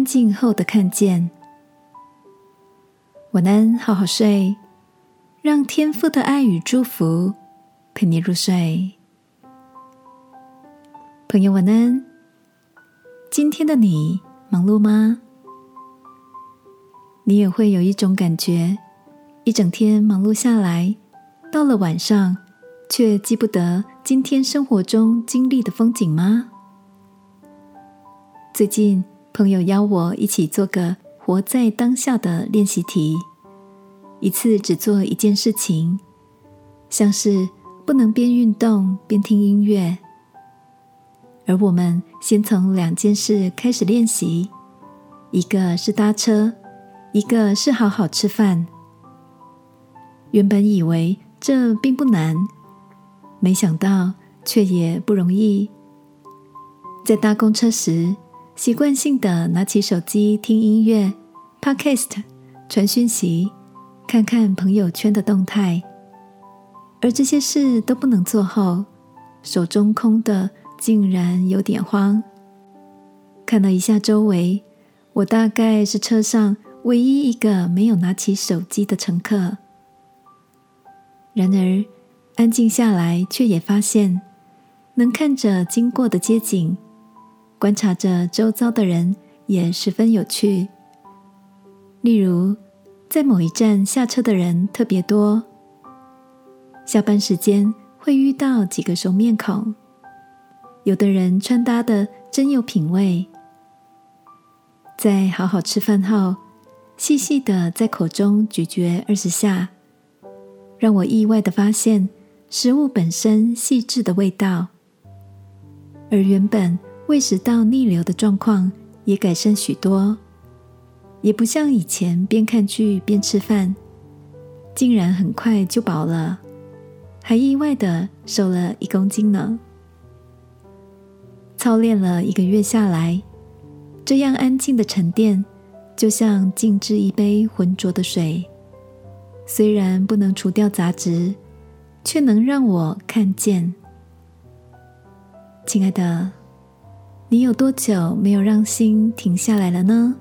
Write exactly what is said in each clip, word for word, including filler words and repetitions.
安静后的看见。晚安，好好睡，让天父的爱与祝福陪你入睡。朋友晚安，今天的你忙碌吗？你也会有一种感觉，一整天忙碌下来，到了晚上却记不得今天生活中经历的风景吗？最近朋友邀我一起做个活在当下的练习题，一次只做一件事情，像是不能边运动边听音乐。而我们先从两件事开始练习，一个是搭车，一个是好好吃饭。原本以为这并不难，没想到却也不容易。在搭公车时，习惯性的拿起手机听音乐、Podcast、传讯息，看看朋友圈的动态。而这些事都不能做后，手中空的竟然有点慌。看了一下周围，我大概是车上唯一一个没有拿起手机的乘客。然而，安静下来，却也发现，能看着经过的街景，观察着周遭的人也十分有趣。例如，在某一站下车的人特别多，下班时间会遇到几个熟面孔，有的人穿搭的真有品味。在好好吃饭后，细细的在口中咀嚼二十下，让我意外的发现食物本身细致的味道，而原本胃食道逆流的状况也改善许多，也不像以前边看剧边吃饭，竟然很快就饱了，还意外的瘦了一公斤呢。操练了一个月下来，这样安静的沉淀，就像静置一杯浑浊的水，虽然不能除掉杂质，却能让我看见。亲爱的，你有多久没有让心停下来了呢？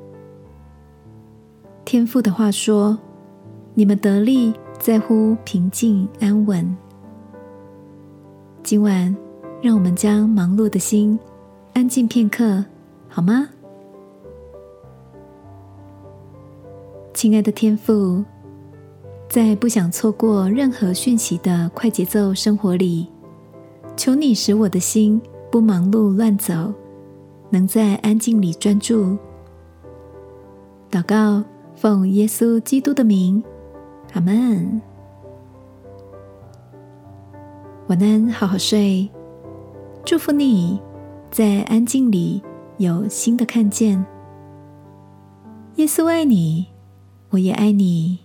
天父的话说，你们得力在乎平静安稳。今晚让我们将忙碌的心安静片刻，好吗？亲爱的天父，在不想错过任何讯息的快节奏生活里，求你使我的心不忙碌乱走，能在安静里专注。祷告，奉耶稣基督的名，阿们。晚安，好好睡。祝福你在安静里有新的看见。耶稣爱你，我也爱你。